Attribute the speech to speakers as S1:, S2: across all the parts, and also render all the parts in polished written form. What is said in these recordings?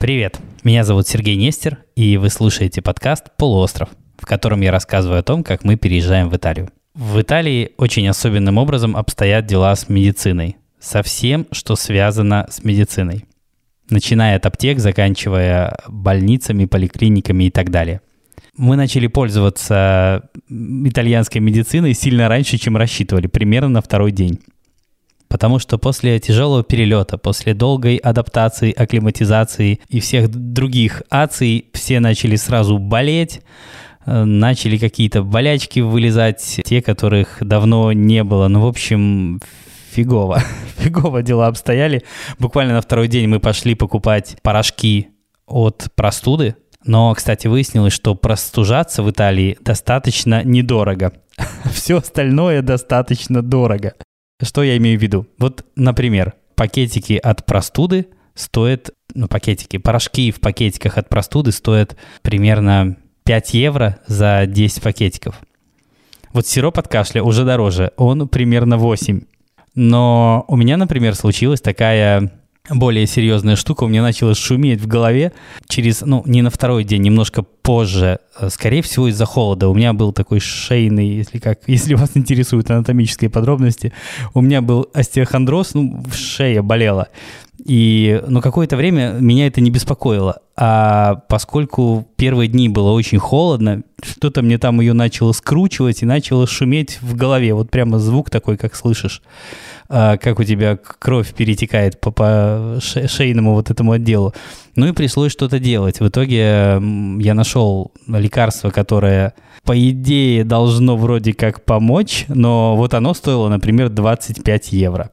S1: Привет, меня зовут Сергей Нестер, и вы слушаете подкаст «Полуостров», в котором я рассказываю о том, как мы переезжаем в Италию. В Италии очень особенным образом обстоят дела с медициной, со всем, что связано с медициной, начиная от аптек, заканчивая больницами, поликлиниками и так далее. Мы начали пользоваться итальянской медициной сильно раньше, чем рассчитывали, примерно на второй день. Потому что после тяжелого перелета, после долгой адаптации, акклиматизации и всех других аций, все начали сразу болеть, начали какие-то болячки вылезать, те, которых давно не было. Ну, в общем, фигово дела обстояли. Буквально на второй день мы пошли покупать порошки от простуды. Но, кстати, выяснилось, что простужаться в Италии достаточно недорого. Все остальное достаточно дорого. Что я имею в виду? Вот, например, пакетики от простуды стоят, порошки в пакетиках от простуды стоят примерно 5 евро за 10 пакетиков. Вот сироп от кашля уже дороже, он примерно 8. Но у меня, например, случилась такая более серьезная штука, у меня начало шуметь в голове через, не на второй день, немножко позже, скорее всего, из-за холода. У меня был такой шейный, если вас интересуют анатомические подробности, у меня был остеохондроз, шея болела. И, какое-то время меня это не беспокоило. А поскольку первые дни было очень холодно, что-то мне там ее начало скручивать и начало шуметь в голове. Вот прямо звук такой, как слышишь, как у тебя кровь перетекает по шейному вот этому отделу. Ну и пришлось что-то делать. В итоге я нашел лекарство, которое, по идее, должно вроде как помочь, но вот оно стоило, например, 25 евро.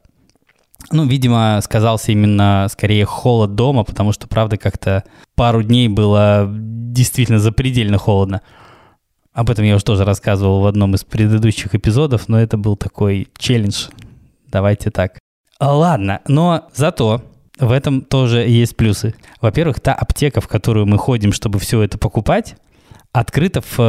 S1: Видимо, сказался именно, скорее, холод дома, потому что, правда, как-то пару дней было действительно запредельно холодно. Об этом я уже тоже рассказывал в одном из предыдущих эпизодов, но это был такой челлендж. Давайте так. Ладно, но зато в этом тоже есть плюсы. Во-первых, та аптека, в которую мы ходим, чтобы все это покупать, открыта в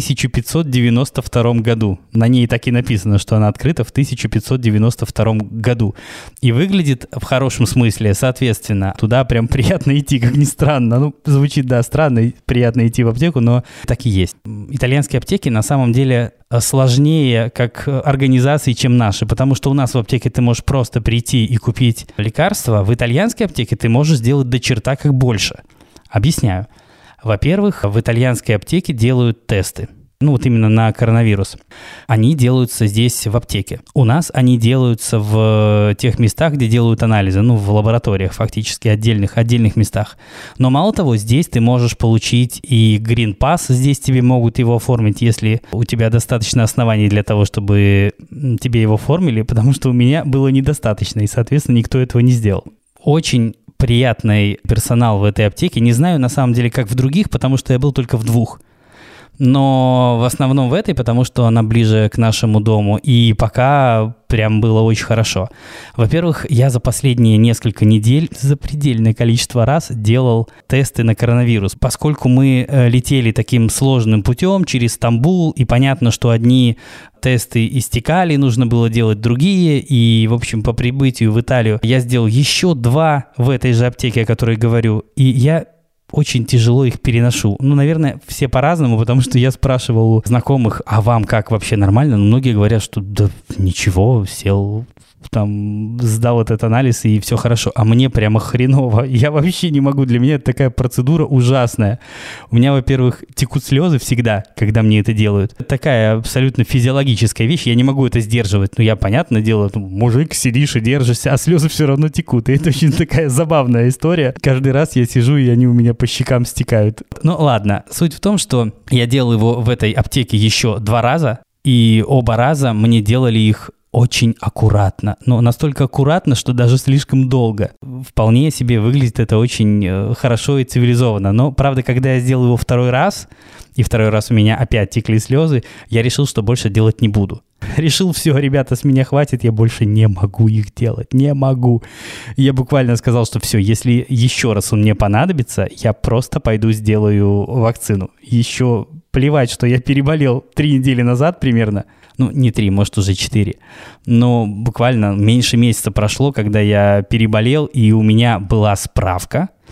S1: 1592 году. На ней так и написано, что она открыта в 1592 году. И выглядит в хорошем смысле, соответственно. Туда прям приятно идти, как ни странно. Звучит, да, странно, приятно идти в аптеку, но так и есть. Итальянские аптеки на самом деле сложнее как организации, чем наши, потому что у нас в аптеке ты можешь просто прийти и купить лекарства. В итальянской аптеке ты можешь сделать до черта как больше. Объясняю. Во-первых, в итальянской аптеке делают тесты. Именно на коронавирус. Они делаются здесь в аптеке. У нас они делаются в тех местах, где делают анализы. В лабораториях фактически, отдельных местах. Но мало того, здесь ты можешь получить и Green Pass. Здесь тебе могут его оформить, если у тебя достаточно оснований для того, чтобы тебе его оформили, потому что у меня было недостаточно, и, соответственно, никто этого не сделал. Очень приятный персонал в этой аптеке. Не знаю, на самом деле, как в других, потому что я был только в 2. Но в основном в этой, потому что она ближе к нашему дому. И пока прям было очень хорошо. Во-первых, я за последние несколько недель запредельное количество раз делал тесты на коронавирус. Поскольку мы летели таким сложным путем через Стамбул, и понятно, что одни тесты истекали, нужно было делать другие. И, в общем, по прибытию в Италию я сделал еще 2 в этой же аптеке, о которой говорю. И я очень тяжело их переношу. Наверное, все по-разному, потому что я спрашивал у знакомых, а вам как, вообще нормально? Многие говорят, что да ничего, сел, сдал этот анализ и все хорошо. А мне прямо хреново. Я вообще не могу. Для меня это такая процедура ужасная. У меня, во-первых, текут слезы всегда, когда мне это делают. Это такая абсолютно физиологическая вещь. Я не могу это сдерживать. Я, понятное дело, мужик, сидишь и держишься, а слезы все равно текут. И это очень такая забавная история. Каждый раз я сижу, и они у меня по щекам стекают. Ладно. Суть в том, что я делал его в этой аптеке еще 2 раза. И оба раза мне делали их очень аккуратно. Настолько аккуратно, что даже слишком долго. Вполне себе выглядит это очень хорошо и цивилизованно. Но, правда, когда я сделал его 2 раз, и 2 раз у меня опять текли слезы, я решил, что больше делать не буду. Решил, все, ребята, с меня хватит, я больше не могу их делать, не могу. Я буквально сказал, что все, если еще раз он мне понадобится, я просто пойду сделаю вакцину. Еще плевать, что я переболел 3 недели назад примерно. Не 3, может, уже 4. Но буквально меньше месяца прошло, когда я переболел, и у меня была справка,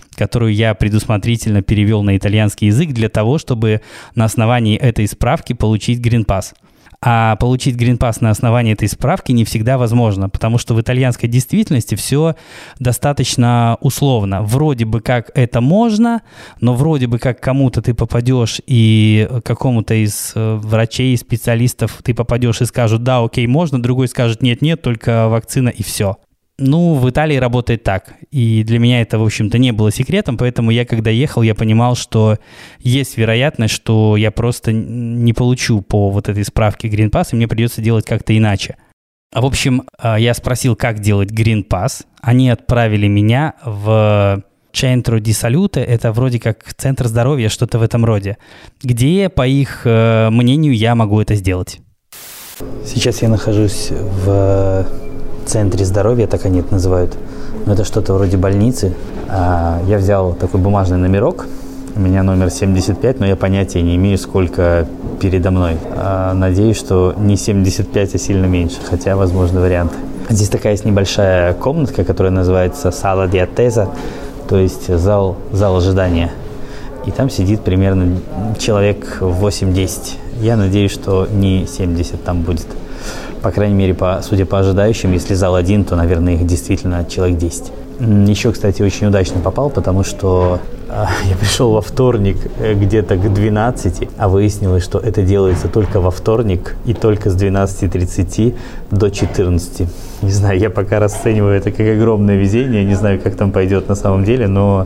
S1: которую я предусмотрительно перевел на итальянский язык для того, чтобы на основании этой справки получить Green Pass. А получить Green Pass на основании этой справки не всегда возможно, потому что в итальянской действительности все достаточно условно. Вроде бы как это можно, но вроде бы как кому-то ты попадешь и какому-то из врачей, специалистов ты попадешь и скажут: да, окей, можно, другой скажет: нет, только вакцина и все. Ну, в Италии работает так. И для меня это, в общем-то, не было секретом, поэтому я, когда ехал, я понимал, что есть вероятность, что я просто не получу по вот этой справке Green Pass, и мне придется делать как-то иначе. В общем, я спросил, как делать Green Pass. Они отправили меня в Centro di Salute, это вроде как центр здоровья, что-то в этом роде, где, по их мнению, я могу это сделать. Сейчас я нахожусь в центре здоровья, так они это называют. Но это что-то вроде больницы. Я взял такой бумажный номерок. У меня номер 75, но я понятия не имею, сколько передо мной. Надеюсь, что не 75, а сильно меньше, хотя возможны варианты. Здесь такая есть небольшая комнатка, которая называется Sala di Attesa, то есть зал ожидания. И там сидит примерно человек 8-10. Я надеюсь, что не 70 там будет. По крайней мере, судя по ожидающим, если зал один, то, наверное, их действительно человек 10. Еще, кстати, очень удачно попал, потому что я пришел во вторник где-то к 12, а выяснилось, что это делается только во вторник и только с 12:30 до 14. Не знаю, я пока расцениваю это как огромное везение, не знаю, как там пойдет на самом деле, но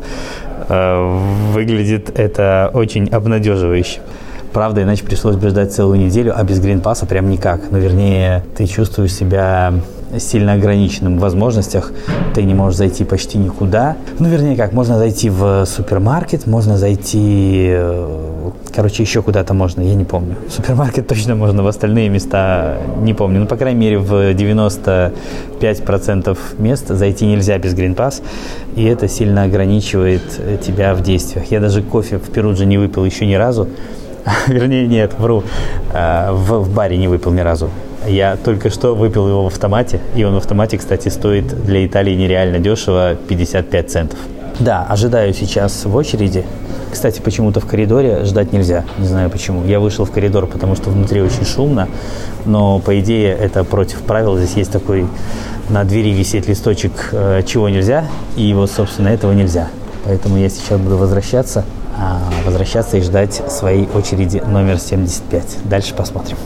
S1: выглядит это очень обнадеживающе. Правда, иначе пришлось бы ждать целую неделю, а без грин-пасса прям никак. Ну, вернее, ты чувствуешь себя сильно ограниченным в возможностях. Ты не можешь зайти почти никуда. Ну, вернее, как, можно зайти в супермаркет, можно зайти... Короче, еще куда-то можно, я не помню. В супермаркет точно можно, в остальные места не помню. Ну, по крайней мере, в 95% мест зайти нельзя без грин-пасс, и это сильно ограничивает тебя в действиях. Я даже кофе в Перудже не выпил еще ни разу. Вернее, нет, вру. В баре не выпил ни разу. Я только что выпил его в автомате. И он в автомате, кстати, стоит для Италии нереально дешево, 55 центов. Да, ожидаю сейчас в очереди. Кстати, почему-то в коридоре ждать нельзя. Не знаю почему. Я вышел в коридор, потому что внутри очень шумно. Но, по идее, это против правил. Здесь есть такой... На двери висит листочек, чего нельзя. И вот, собственно, этого нельзя. Поэтому я сейчас буду возвращаться и ждать своей очереди номер 75. Дальше посмотрим.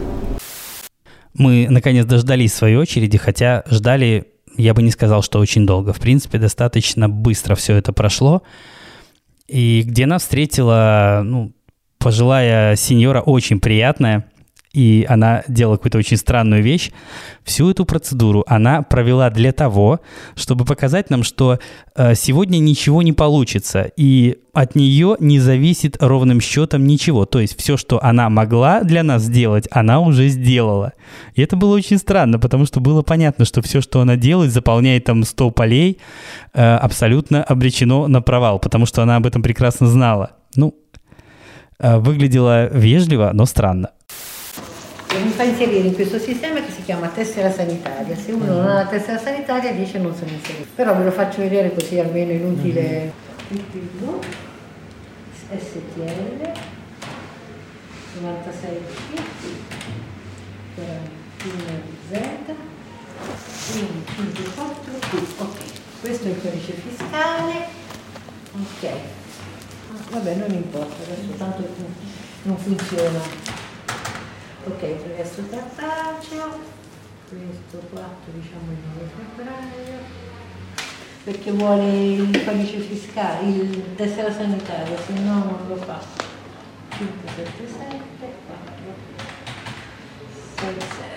S1: Мы, наконец, дождались своей очереди, хотя ждали, я бы не сказал, что очень долго. В принципе, достаточно быстро все это прошло. И где нас встретила пожилая сеньора, очень приятная, и она делала какую-то очень странную вещь. Всю эту процедуру она провела для того, чтобы показать нам, что сегодня ничего не получится, и от нее не зависит ровным счетом ничего. То есть все, что она могла для нас сделать, она уже сделала. И это было очень странно, потому что было понятно, что все, что она делает, заполняет там 100 полей, абсолютно обречено на провал, потому что она об этом прекрасно знала. Выглядело вежливо, но странно.
S2: Mi fa inserire in questo sistema che si chiama tessera sanitaria. Se uno non ha la tessera sanitaria dice non sono inserito. Però ve lo faccio vedere così almeno inutile. STL 96C 41Z 54Q. Ok, questo è il codice fiscale. Ok, vabbè, non importa, adesso tanto non funziona. Ok, presso cartaceo, questo 4 diciamo il 9 febbraio, perché vuole il codice fiscale, il tessera sanitaria, se no non lo fa. 577 4 60.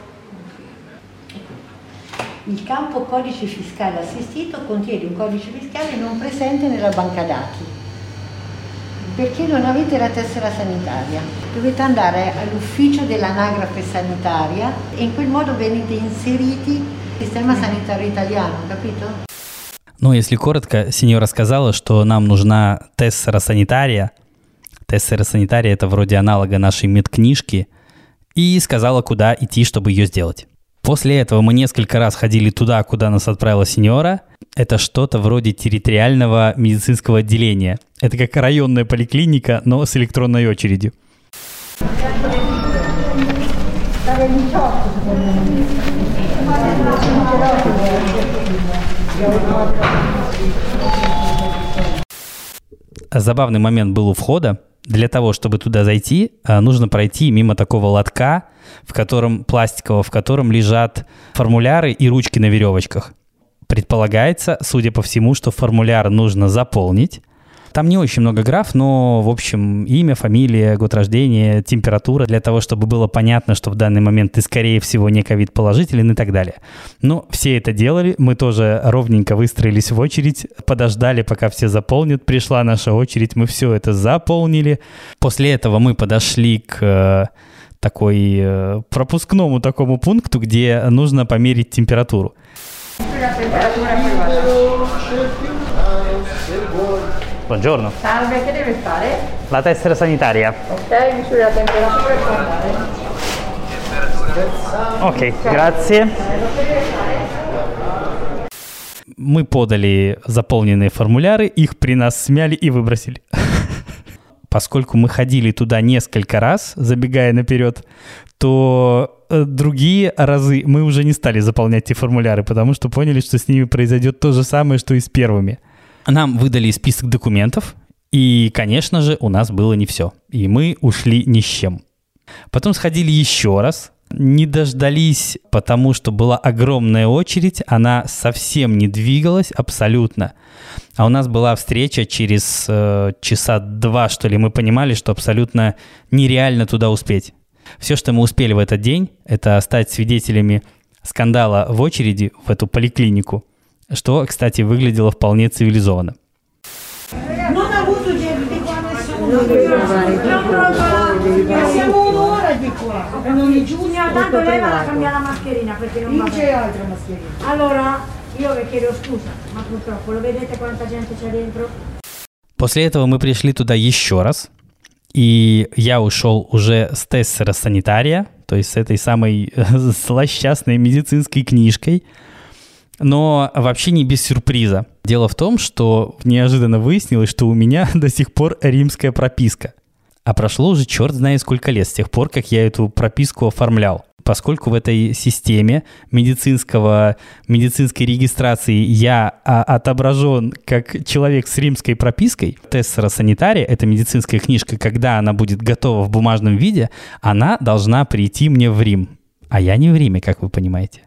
S2: Il campo codice fiscale assistito contiene un codice fiscale non presente nella banca dati. Perché non avete la tessera sanitaria? Dovete andare all'ufficio dell'anagrafe sanitaria e in quel modo venite inseriti nel sistema sanitario italiano, capito?
S1: Если коротко, сеньора сказала, что нам нужна тессера санитария. Тессера санитария – это вроде аналога нашей медкнижки. И сказала, куда идти, чтобы ее сделать. После этого мы несколько раз ходили туда, куда нас отправила сеньора. Это что-то вроде территориального медицинского отделения. Это как районная поликлиника, но с электронной очередью. Забавный момент был у входа. Для того, чтобы туда зайти, нужно пройти мимо такого лотка, пластикового, в котором лежат формуляры и ручки на веревочках. Предполагается, судя по всему, что формуляр нужно заполнить. Там не очень много граф, но, в общем, имя, фамилия, год рождения, температура, для того, чтобы было понятно, что в данный момент ты, скорее всего, не ковид-положителен и так далее. Но все это делали, мы тоже ровненько выстроились в очередь, подождали, пока все заполнят, пришла наша очередь, мы все это заполнили. После этого мы подошли к пропускному такому пункту, где нужно померить температуру. Buongiorno.
S2: Salve, che deve fare?
S1: La tessera sanitaria.
S2: Ok, misura la temperatura e può andare.
S1: Ok, grazie. Мы подали заполненные формуляры, их при нас смяли и выбросили. Поскольку мы ходили туда несколько раз, забегая наперед, то другие разы мы уже не стали заполнять эти формуляры, потому что поняли, что с ними произойдет то же самое, что и с первыми. Нам выдали список документов, и, конечно же, у нас было не все. И мы ушли ни с чем. Потом сходили еще раз, не дождались, потому что была огромная очередь, она совсем не двигалась абсолютно. А у нас была встреча через часа 2, что ли, мы понимали, что абсолютно нереально туда успеть. Все, что мы успели в этот день, это стать свидетелями скандала в очереди в эту поликлинику, что, кстати, выглядело вполне цивилизованно. После этого мы пришли туда еще раз, и я ушел уже с тессера санитария, то есть с этой самой злосчастной медицинской книжкой, но вообще не без сюрприза. Дело в том, что неожиданно выяснилось, что у меня до сих пор римская прописка. А прошло уже черт знает сколько лет с тех пор, как я эту прописку оформлял. Поскольку в этой системе медицинской регистрации я отображен как человек с римской пропиской, тессера санитария, эта медицинская книжка, когда она будет готова в бумажном виде, она должна прийти мне в Рим. А я не в Риме, как вы понимаете.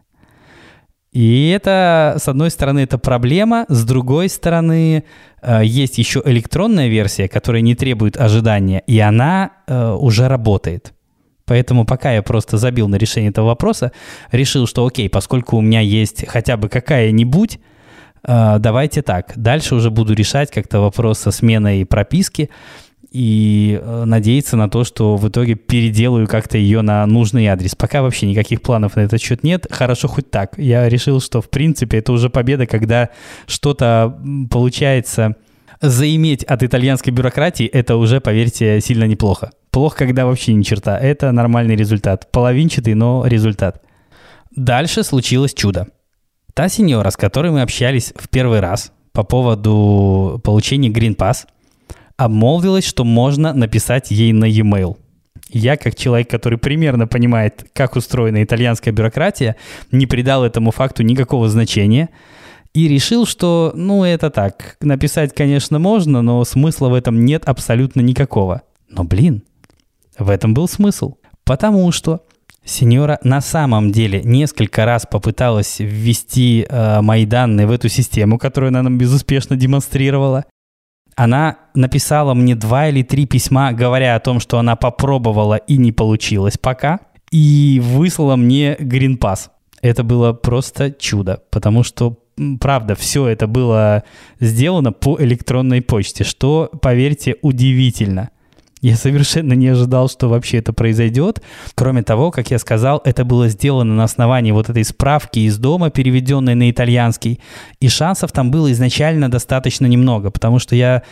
S1: И это, с одной стороны, это проблема, с другой стороны, есть еще электронная версия, которая не требует ожидания, и она уже работает. Поэтому пока я просто забил на решение этого вопроса, решил, что окей, поскольку у меня есть хотя бы какая-нибудь, давайте так. Дальше уже буду решать как-то вопрос со сменой прописки и надеяться на то, что в итоге переделаю как-то ее на нужный адрес. Пока вообще никаких планов на этот счет нет. Хорошо хоть так. Я решил, что в принципе это уже победа, когда что-то получается заиметь от итальянской бюрократии, это уже, поверьте, сильно неплохо. Плохо, когда вообще ни черта. Это нормальный результат. Половинчатый, но результат. Дальше случилось чудо. Та сеньора, с которой мы общались в первый раз по поводу получения Green Pass, обмолвилась, что можно написать ей на e-mail. Я, как человек, который примерно понимает, как устроена итальянская бюрократия, не придал этому факту никакого значения и решил, что, это так. Написать, конечно, можно, но смысла в этом нет абсолютно никакого. Но, в этом был смысл. Потому что сеньора на самом деле несколько раз попыталась ввести мои данные в эту систему, которую она нам безуспешно демонстрировала. Она написала мне 2 или 3 письма, говоря о том, что она попробовала и не получилось пока, и выслала мне Green Pass. Это было просто чудо, потому что, правда, все это было сделано по электронной почте, что, поверьте, удивительно. Я совершенно не ожидал, что вообще это произойдет. Кроме того, как я сказал, это было сделано на основании вот этой справки из дома, переведенной на итальянский. И шансов там было изначально достаточно немного, потому что я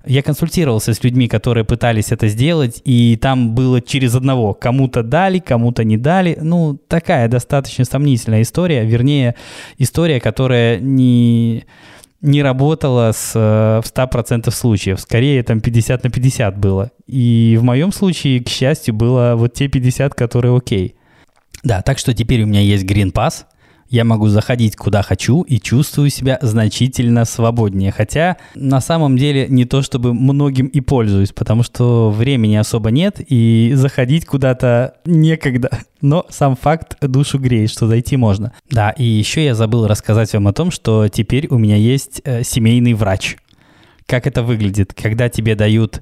S1: Я консультировался с людьми, которые пытались это сделать, и там было через одного. Кому-то дали, кому-то не дали. Ну, такая достаточно сомнительная история. Вернее, история, которая не работала в 100% случаев. Скорее, там 50 на 50 было. И в моем случае, к счастью, было вот те 50, которые окей. Да, так что теперь у меня есть Green Pass. Я могу заходить куда хочу и чувствую себя значительно свободнее. Хотя на самом деле не то чтобы многим и пользуюсь, потому что времени особо нет и заходить куда-то некогда. Но сам факт душу греет, что зайти можно. Да, и еще я забыл рассказать вам о том, что теперь у меня есть семейный врач. Как это выглядит, когда тебе дают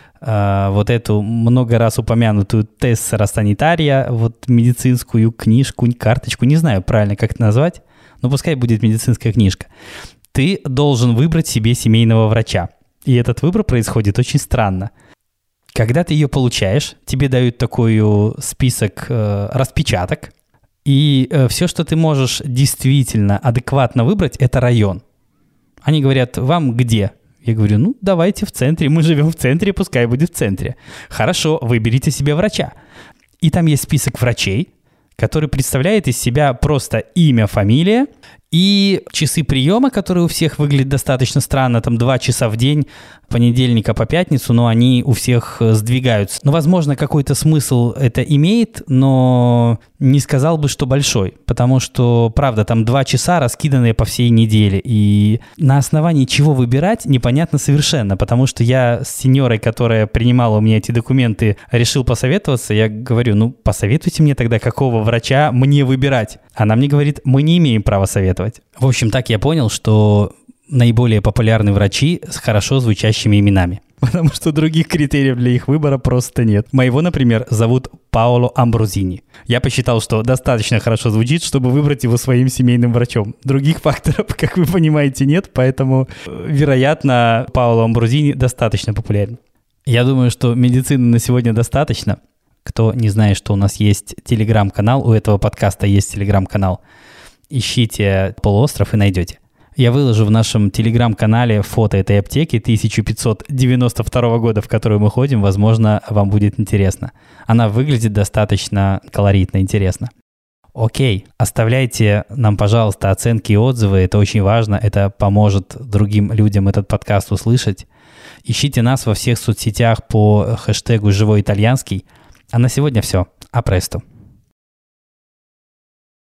S1: вот эту много раз упомянутую тессера санитария, вот медицинскую книжку, карточку, не знаю правильно, как это назвать, но пускай будет медицинская книжка. Ты должен выбрать себе семейного врача. И этот выбор происходит очень странно. Когда ты ее получаешь, тебе дают такой список распечаток, и все, что ты можешь действительно адекватно выбрать, это район. Они говорят, вам где? Я говорю, ну, давайте в центре, мы живем в центре, пускай будет в центре. Хорошо, выберите себе врача. И там есть список врачей, который представляет из себя просто имя, фамилия и часы приема, которые у всех выглядят достаточно странно, там 2 часа в день, понедельника по пятницу, но они у всех сдвигаются. Ну, возможно, какой-то смысл это имеет, но не сказал бы, что большой, потому что, правда, там 2 часа, раскиданные по всей неделе, и на основании чего выбирать, непонятно совершенно, потому что я с сеньорой, которая принимала у меня эти документы, решил посоветоваться, я говорю, ну, посоветуйте мне тогда, какого врача мне выбирать. Она мне говорит, мы не имеем права советовать. В общем, так я понял, что наиболее популярны врачи с хорошо звучащими именами. Потому что других критериев для их выбора просто нет. Моего, например, зовут Паоло Амброзини. Я посчитал, что достаточно хорошо звучит, чтобы выбрать его своим семейным врачом. Других факторов, как вы понимаете, нет, поэтому, вероятно, Паоло Амброзини достаточно популярен. Я думаю, что медицины на сегодня достаточно. Кто не знает, что у нас есть телеграм-канал, у этого подкаста есть телеграм-канал, ищите «Полуостров» и найдете. Я выложу в нашем телеграм-канале фото этой аптеки 1592 года, в которую мы ходим. Возможно, вам будет интересно. Она выглядит достаточно колоритно, интересно. Окей, оставляйте нам, пожалуйста, оценки и отзывы. Это очень важно. Это поможет другим людям этот подкаст услышать. Ищите нас во всех соцсетях по хэштегу «Живой итальянский». А на сегодня все. А престо.